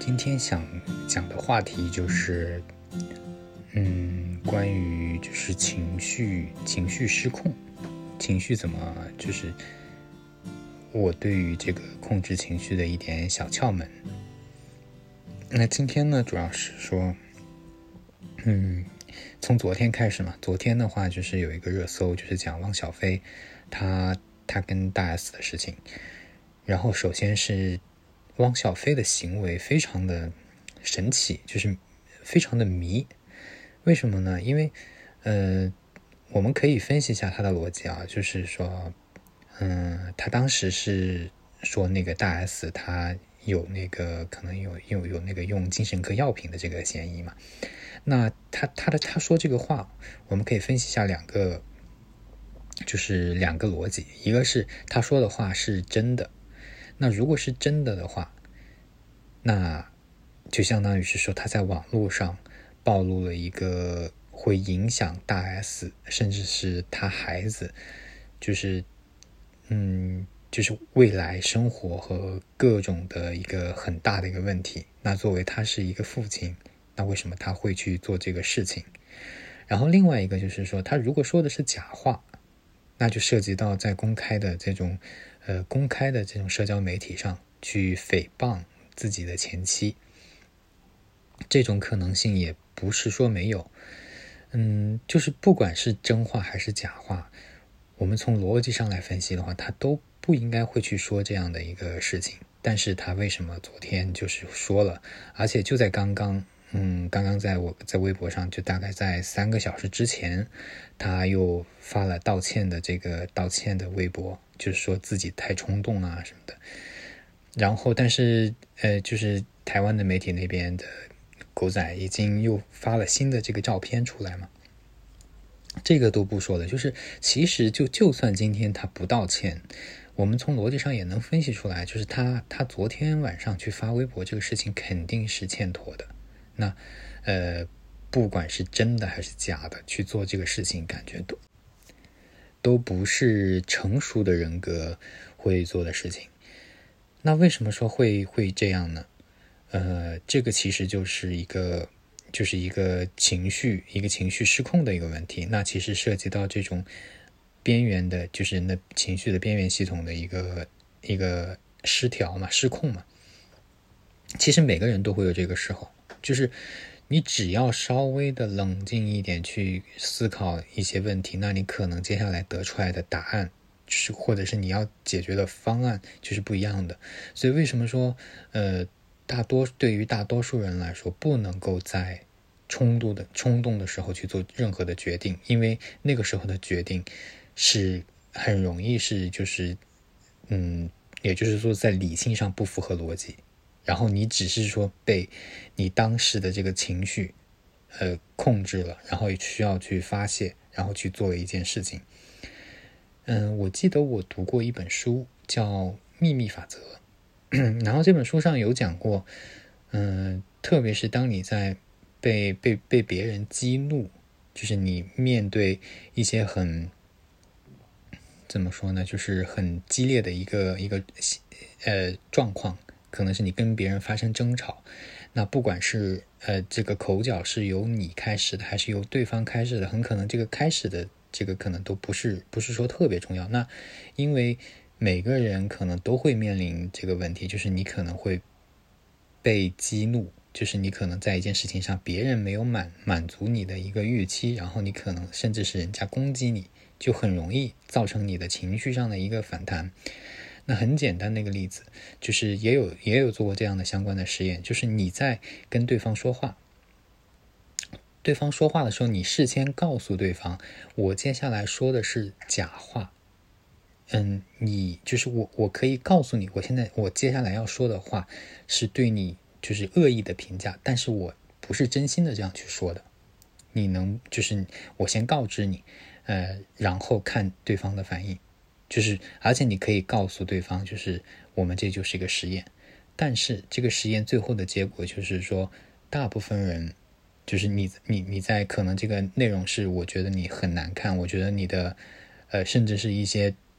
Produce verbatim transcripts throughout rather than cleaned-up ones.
今天想讲的话题就是，嗯，关于就是情绪、情绪失控，情绪怎么就是我对于这个控制情绪的一点小窍门。那今天呢，主要是说，嗯，从昨天开始嘛，昨天的话就是有一个热搜，就是讲汪小菲，他他跟大 S 的事情。然后首先是汪小菲的行为非常的神奇，就是非常的迷。为什么呢？因为呃，我们可以分析一下他的逻辑啊，就是说，嗯，他当时是说那个大 S 他有那个可能有有有那个用精神科药品的这个嫌疑嘛。那他他的他说这个话，我们可以分析一下两个，就是两个逻辑，一个是他说的话是真的。那如果是真的的话，那就相当于是说他在网络上暴露了一个会影响大 S 甚至是他孩子，就是嗯，就是未来生活和各种的一个很大的一个问题。那作为他是一个父亲，那为什么他会去做这个事情？然后另外一个就是说，他如果说的是假话，那就涉及到在公开的这种呃公开的这种社交媒体上去诽谤自己的前妻，这种可能性也不是说没有。嗯，就是不管是真话还是假话，我们从逻辑上来分析的话，他都不应该会去说这样的一个事情。但是他为什么昨天就是说了，而且就在刚刚嗯，刚刚在我在微博上，就大概在三个小时之前，他又发了道歉的这个道歉的微博，就是说自己太冲动啊什么的。然后，但是呃，就是台湾的媒体那边的狗仔已经又发了新的这个照片出来嘛，这个都不说了。就是其实就就算今天他不道歉，我们从逻辑上也能分析出来，就是他他昨天晚上去发微博这个事情肯定是欠妥的。那呃，不管是真的还是假的，去做这个事情，感觉都都不是成熟的人格会做的事情。那为什么说会会这样呢？呃，这个其实就是一个就是一个情绪一个情绪失控的一个问题。那其实涉及到这种边缘的，就是那情绪的边缘系统的一个一个失调嘛，失控嘛。其实每个人都会有这个时候。就是你只要稍微的冷静一点去思考一些问题，那你可能接下来得出来的答案是，或者是你要解决的方案就是不一样的。所以为什么说呃，大多对于大多数人来说，不能够在冲动的冲动的时候去做任何的决定，因为那个时候的决定是很容易是就是嗯，也就是说在理性上不符合逻辑。然后你只是说被你当时的这个情绪呃控制了，然后也需要去发泄，然后去做了一件事情。嗯，我记得我读过一本书叫《秘密法则》，然后这本书上有讲过，嗯，特别是当你在被被被别人激怒，就是你面对一些很怎么说呢，就是很激烈的一个一个呃状况。可能是你跟别人发生争吵，那不管是呃这个口角是由你开始的还是由对方开始的，很可能这个开始的这个可能都不是不是说特别重要。那因为每个人可能都会面临这个问题，就是你可能会被激怒，就是你可能在一件事情上别人没有满满足你的一个预期，然后你可能甚至是人家攻击你，就很容易造成你的情绪上的一个反弹。那很简单的一个例子，就是也有也有做过这样的相关的实验，就是你在跟对方说话，对方说话的时候，你事先告诉对方，我接下来说的是假话。嗯，你就是我，我可以告诉你，我现在我接下来要说的话是对你就是恶意的评价，但是我不是真心的这样去说的。你能就是我先告知你，呃，然后看对方的反应。就是而且你可以告诉对方，就是我们这就是一个实验，但是这个实验最后的结果就是说，大部分人就是你你你在可能这个内容是我觉得你很难看，我觉得你的呃甚至是一些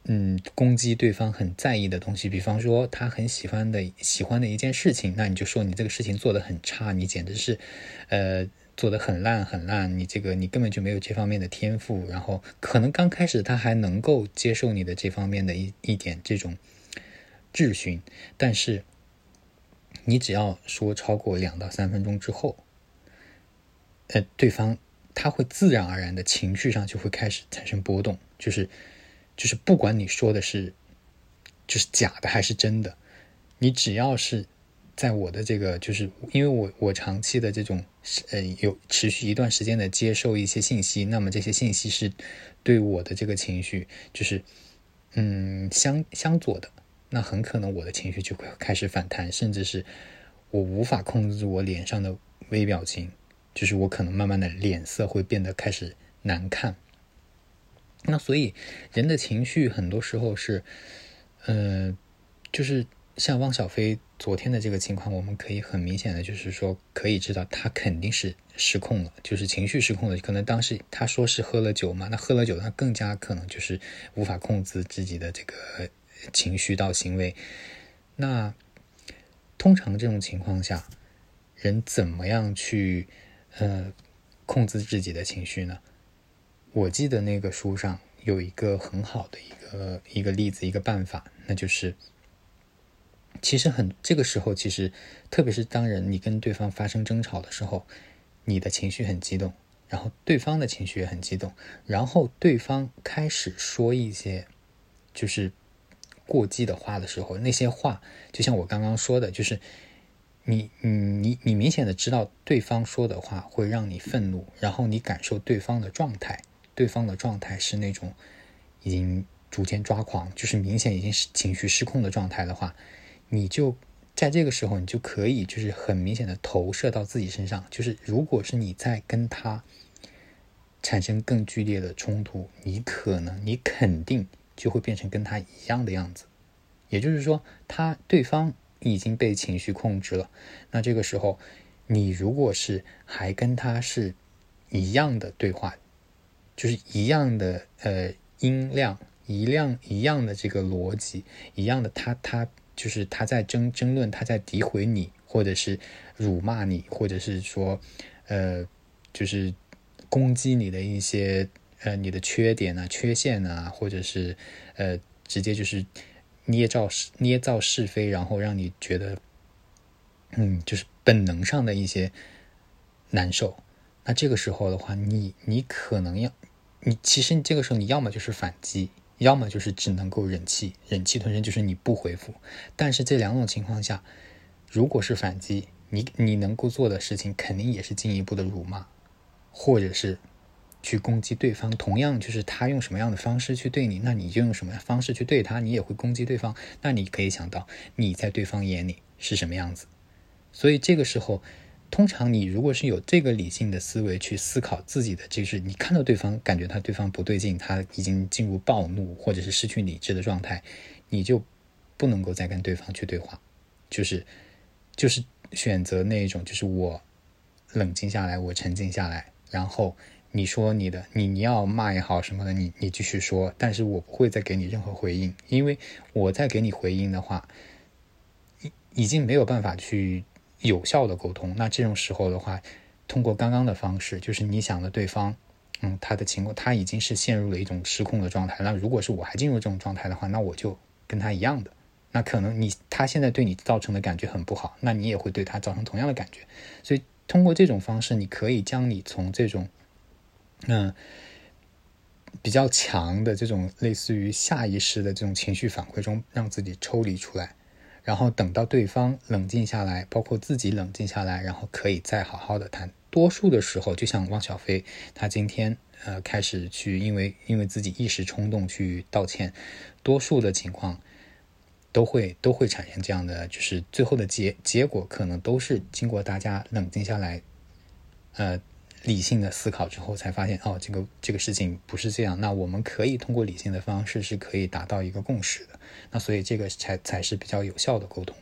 嗯，攻击对方很在意的东西，比方说他很喜欢的喜欢的一件事情，那你就说你这个事情做得很差，你简直是呃做得很烂很烂，你这个你根本就没有这方面的天赋。然后可能刚开始他还能够接受你的这方面的一一点这种质询，但是你只要说超过两到三分钟之后，呃，对方他会自然而然的情绪上就会开始产生波动，就是就是不管你说的是就是假的还是真的，你只要是在我的这个，就是因为我我长期的这种呃有持续一段时间的接受一些信息，那么这些信息是对我的这个情绪就是嗯相相左的，那很可能我的情绪就会开始反弹，甚至是我无法控制我脸上的微表情，就是我可能慢慢的脸色会变得开始难看。那所以人的情绪很多时候是呃就是像汪小菲昨天的这个情况，我们可以很明显的就是说可以知道他肯定是失控了，就是情绪失控了。可能当时他说是喝了酒嘛，那喝了酒他更加可能就是无法控制自己的这个情绪到行为。那通常这种情况下，人怎么样去呃控制自己的情绪呢？我记得那个书上有一个很好的一个一个例子，一个办法，那就是其实很这个时候，其实特别是当人你跟对方发生争吵的时候，你的情绪很激动，然后对方的情绪也很激动，然后对方开始说一些就是过激的话的时候，那些话就像我刚刚说的，就是你你你明显的知道对方说的话会让你愤怒，然后你感受对方的状态，对方的状态是那种已经逐渐抓狂，就是明显已经是情绪失控的状态的话，你就在这个时候你就可以就是很明显的投射到自己身上，就是如果是你在跟他产生更剧烈的冲突，你可能你肯定就会变成跟他一样的样子，也就是说他对方已经被情绪控制了，那这个时候你如果是还跟他是一样的对话，就是一样的呃音量，一样一样的这个逻辑，一样的他他就是他在争争论，他在诋毁你，或者是辱骂你，或者是说呃就是攻击你的一些呃你的缺点啊、缺陷啊，或者是呃直接就是捏造捏造是非，然后让你觉得嗯就是本能上的一些难受。那这个时候的话，你你可能要你其实这个时候你要么就是反击，要么就是只能够忍气忍气吞声，就是你不回复。但是这两种情况下，如果是反击，你你能够做的事情肯定也是进一步的辱骂，或者是去攻击对方。同样就是他用什么样的方式去对你，那你就用什么方式去对他，你也会攻击对方。那你可以想到你在对方眼里是什么样子。所以这个时候通常你如果是有这个理性的思维去思考自己的，就是你看到对方感觉他对方不对劲，他已经进入暴怒或者是失去理智的状态，你就不能够再跟对方去对话，就是就是选择那种就是我冷静下来，我沉静下来，然后你说你的，你你要骂也好什么的，你你继续说，但是我不会再给你任何回应，因为我再给你回应的话已经没有办法去有效的沟通。那这种时候的话，通过刚刚的方式，就是你想的对方嗯，他的情况他已经是陷入了一种失控的状态，那如果是我还进入这种状态的话，那我就跟他一样的，那可能你他现在对你造成的感觉很不好，那你也会对他造成同样的感觉。所以通过这种方式，你可以将你从这种嗯、呃、比较强的这种类似于下意识的这种情绪反馈中让自己抽离出来，然后等到对方冷静下来，包括自己冷静下来，然后可以再好好的谈。多数的时候就像汪小菲他今天呃开始去因为因为自己一时冲动去道歉，多数的情况都会都会产生这样的，就是最后的结结果可能都是经过大家冷静下来呃理性的思考之后才发现，哦这个这个事情不是这样，那我们可以通过理性的方式是可以达到一个共识的，那所以这个才才是比较有效的沟通。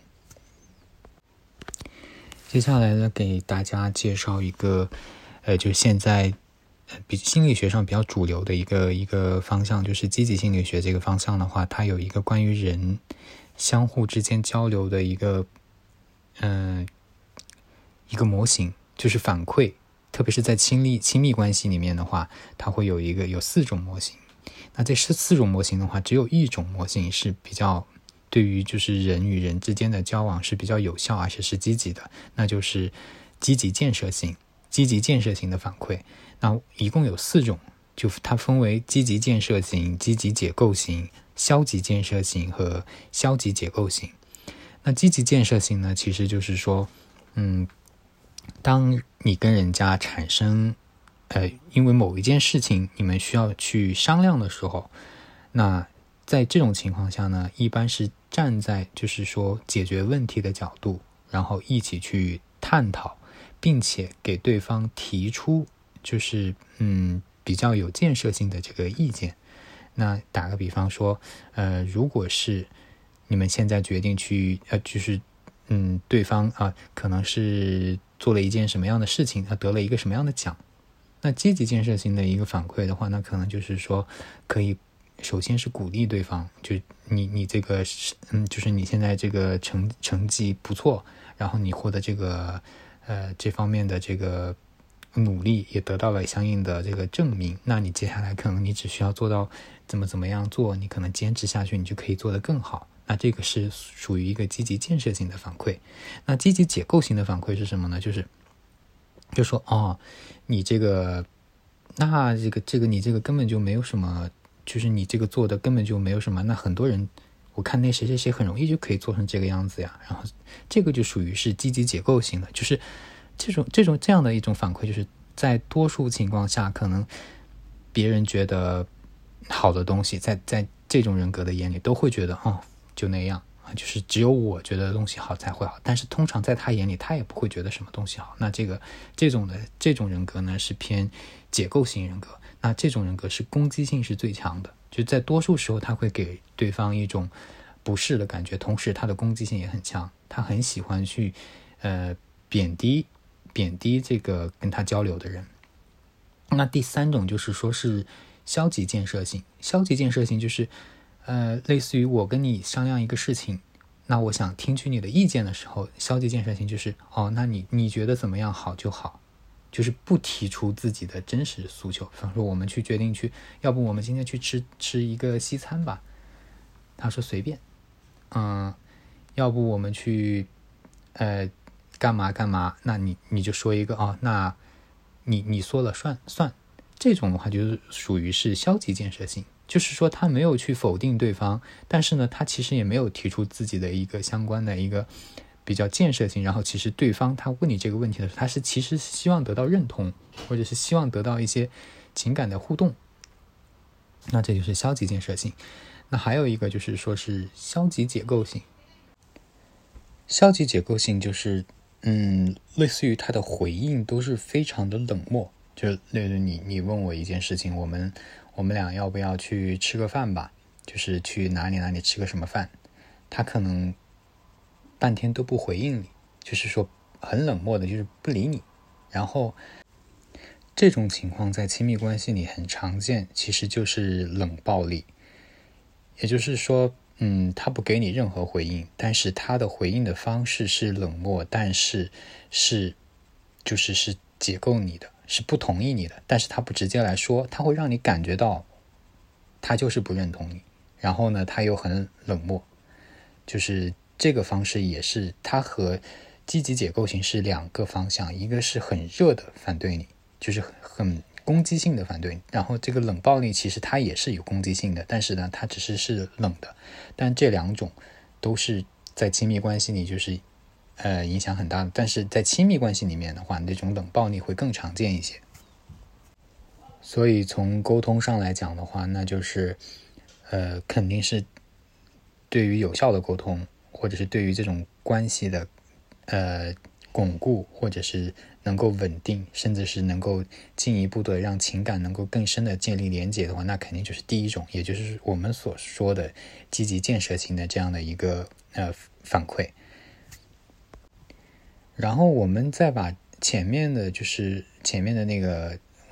接下来呢，给大家介绍一个呃，就现在比心理学上比较主流的一个一个方向，就是积极心理学这个方向的话，它有一个关于人相互之间交流的一个嗯、呃、一个模型，就是反馈，特别是在亲密亲密关系里面的话，它会有一个有四种模型。那这四种模型的话，只有一种模型是比较对于就是人与人之间的交往是比较有效而且是积极的，那就是积极建设性积极建设型的反馈。那一共有四种，就它分为积极建设型、积极解构型、消极建设型和消极解构型。那积极建设型呢，其实就是说嗯，当你跟人家产生呃，因为某一件事情你们需要去商量的时候，那在这种情况下呢，一般是站在就是说解决问题的角度，然后一起去探讨，并且给对方提出就是嗯比较有建设性的这个意见。那打个比方说，呃，如果是你们现在决定去呃，就是嗯，对方啊、呃，可能是做了一件什么样的事情，他得了一个什么样的奖。那积极建设性的一个反馈的话，那可能就是说，可以首先是鼓励对方，就你你这个嗯，就是你现在这个成成绩不错，然后你获得这个呃这方面的这个努力也得到了相应的这个证明，那你接下来可能你只需要做到怎么怎么样做，你可能坚持下去，你就可以做得更好。那这个是属于一个积极建设性的反馈。那积极解构型的反馈是什么呢？就是就说哦，你这个那这个这个你这个根本就没有什么，就是你这个做的根本就没有什么，那很多人我看那谁谁谁很容易就可以做成这个样子呀。然后这个就属于是积极解构型的，就是这种这种这样的一种反馈，就是在多数情况下可能别人觉得好的东西，在在这种人格的眼里都会觉得哦就那样，就是只有我觉得东西好才会好，但是通常在他眼里他也不会觉得什么东西好。那这个这种的这种人格呢是偏解构型人格，那这种人格是攻击性是最强的，就在多数时候他会给对方一种不适的感觉，同时他的攻击性也很强，他很喜欢去呃贬低贬低这个跟他交流的人。那第三种就是说是消极建设性，消极建设性就是呃，类似于我跟你商量一个事情，那我想听取你的意见的时候，消极建设性就是哦，那你你觉得怎么样好就好，就是不提出自己的真实诉求。比方说我们去决定去，要不我们今天去吃吃一个西餐吧，他说随便，嗯，要不我们去呃干嘛干嘛，那你你就说一个哦，那你你说了算算，这种的话就是属于是消极建设性。就是说他没有去否定对方，但是呢他其实也没有提出自己的一个相关的一个比较建设性，然后其实对方他问你这个问题的时候，他是其实希望得到认同，或者是希望得到一些情感的互动，那这就是消极建设性。那还有一个就是说是消极解构性，消极解构性就是嗯，类似于他的回应都是非常的冷漠，就例如你你问我一件事情，我们我们俩要不要去吃个饭吧，就是去哪里哪里吃个什么饭，他可能半天都不回应你，就是说很冷漠的，就是不理你。然后这种情况在亲密关系里很常见，其实就是冷暴力。也就是说嗯，他不给你任何回应，但是他的回应的方式是冷漠，但是是就是是解构你的，是不同意你的，但是他不直接来说，他会让你感觉到他就是不认同你，然后呢他又很冷漠，就是这个方式也是他和积极解构型是两个方向，一个是很热的反对你，就是很攻击性的反对，然后这个冷暴力其实它也是有攻击性的，但是呢它只是是冷的，但这两种都是在亲密关系里就是呃影响很大的，但是在亲密关系里面的话，这种冷暴力会更常见一些。所以从沟通上来讲的话，那就是呃肯定是对于有效的沟通，或者是对于这种关系的呃巩固，或者是能够稳定，甚至是能够进一步的让情感能够更深的建立连结的话，那肯定就是第一种，也就是我们所说的积极建设型的这样的一个呃反馈。然后我们再把前面的就是前面的那个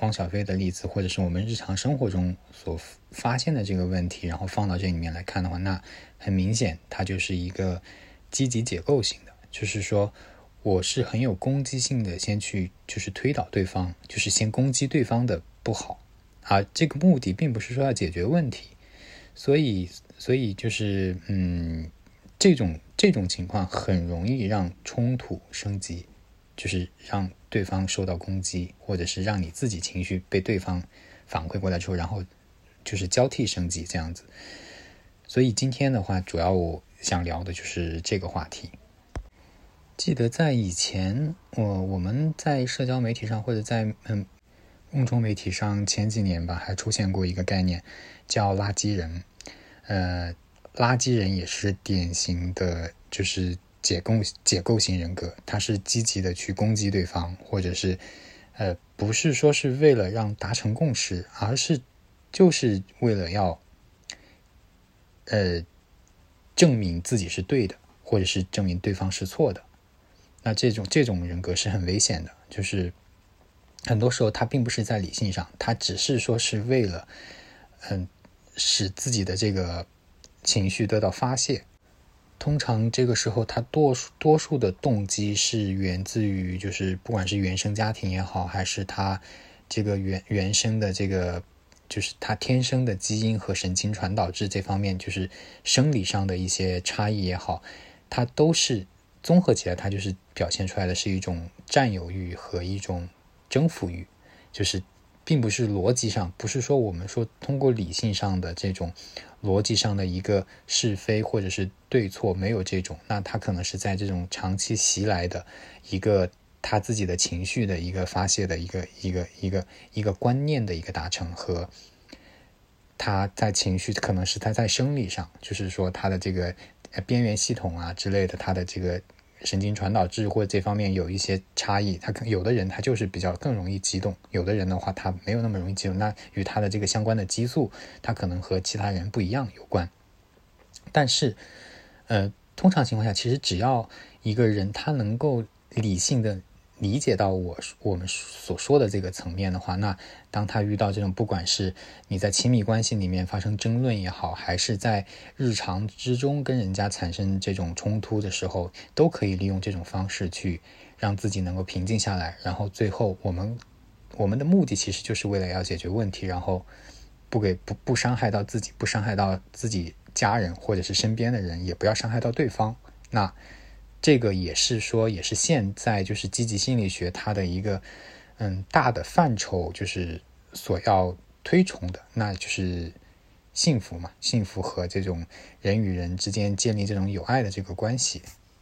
汪小菲的例子，或者是我们日常生活中所发现的这个问题，然后放到这里面来看的话，那很明显它就是一个积极解构型的，就是说我是很有攻击性的先去就是推导对方，就是先攻击对方的不好啊，这个目的并不是说要解决问题，所以所以就是嗯这种这种情况很容易让冲突升级，就是让对方受到攻击，或者是让你自己情绪被对方反馈过来之后，然后就是交替升级这样子。所以今天的话，主要我想聊的就是这个话题。记得在以前，我我们在社交媒体上或者在嗯公众媒体上前几年吧，还出现过一个概念叫垃圾人。呃，垃圾人也是典型的，就是解构解构型人格，他是积极的去攻击对方，或者是呃不是说是为了让达成共识，而是就是为了要呃证明自己是对的，或者是证明对方是错的。那这种这种人格是很危险的，就是很多时候他并不是在理性上，他只是说是为了嗯使自己的这个情绪得到发泄。通常这个时候他多数多数的动机是源自于，就是不管是原生家庭也好，还是他这个原原生的这个就是他天生的基因和神经传导质这方面，就是生理上的一些差异也好，它都是综合起来，它就是表现出来的是一种占有欲和一种征服欲，就是并不是逻辑上，不是说我们说通过理性上的这种逻辑上的一个是非或者是对错，没有这种，那他可能是在这种长期袭来的一个他自己的情绪的一个发泄的一个一个一个一个观念的一个达成，和他在情绪可能是他在生理上，就是说他的这个边缘系统啊之类的，他的这个神经传导质或者这方面有一些差异，他有的人他就是比较更容易激动，有的人的话他没有那么容易激动，那与他的这个相关的激素他可能和其他人不一样有关。但是呃，通常情况下，其实只要一个人他能够理性的理解到我我们所说的这个层面的话，那当他遇到这种不管是你在亲密关系里面发生争论也好，还是在日常之中跟人家产生这种冲突的时候，都可以利用这种方式去让自己能够平静下来，然后最后我们我们的目的其实就是为了要解决问题，然后不给不不伤害到自己，不伤害到自己家人或者是身边的人，也不要伤害到对方。那这个也是说，也是现在就是积极心理学它的一个嗯大的范畴，就是所要推崇的，那就是幸福嘛，幸福和这种人与人之间建立这种有爱的这个关系。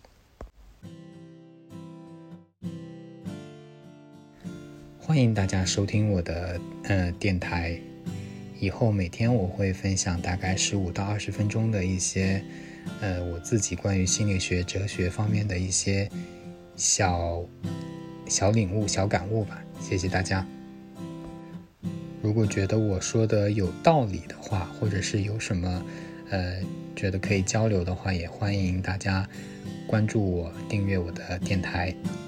欢迎大家收听我的呃电台，以后每天我会分享大概十五到二十分钟的一些呃，我自己关于心理学、哲学方面的一些小小领悟、小感悟吧。谢谢大家。如果觉得我说的有道理的话，或者是有什么呃觉得可以交流的话，也欢迎大家关注我、订阅我的电台。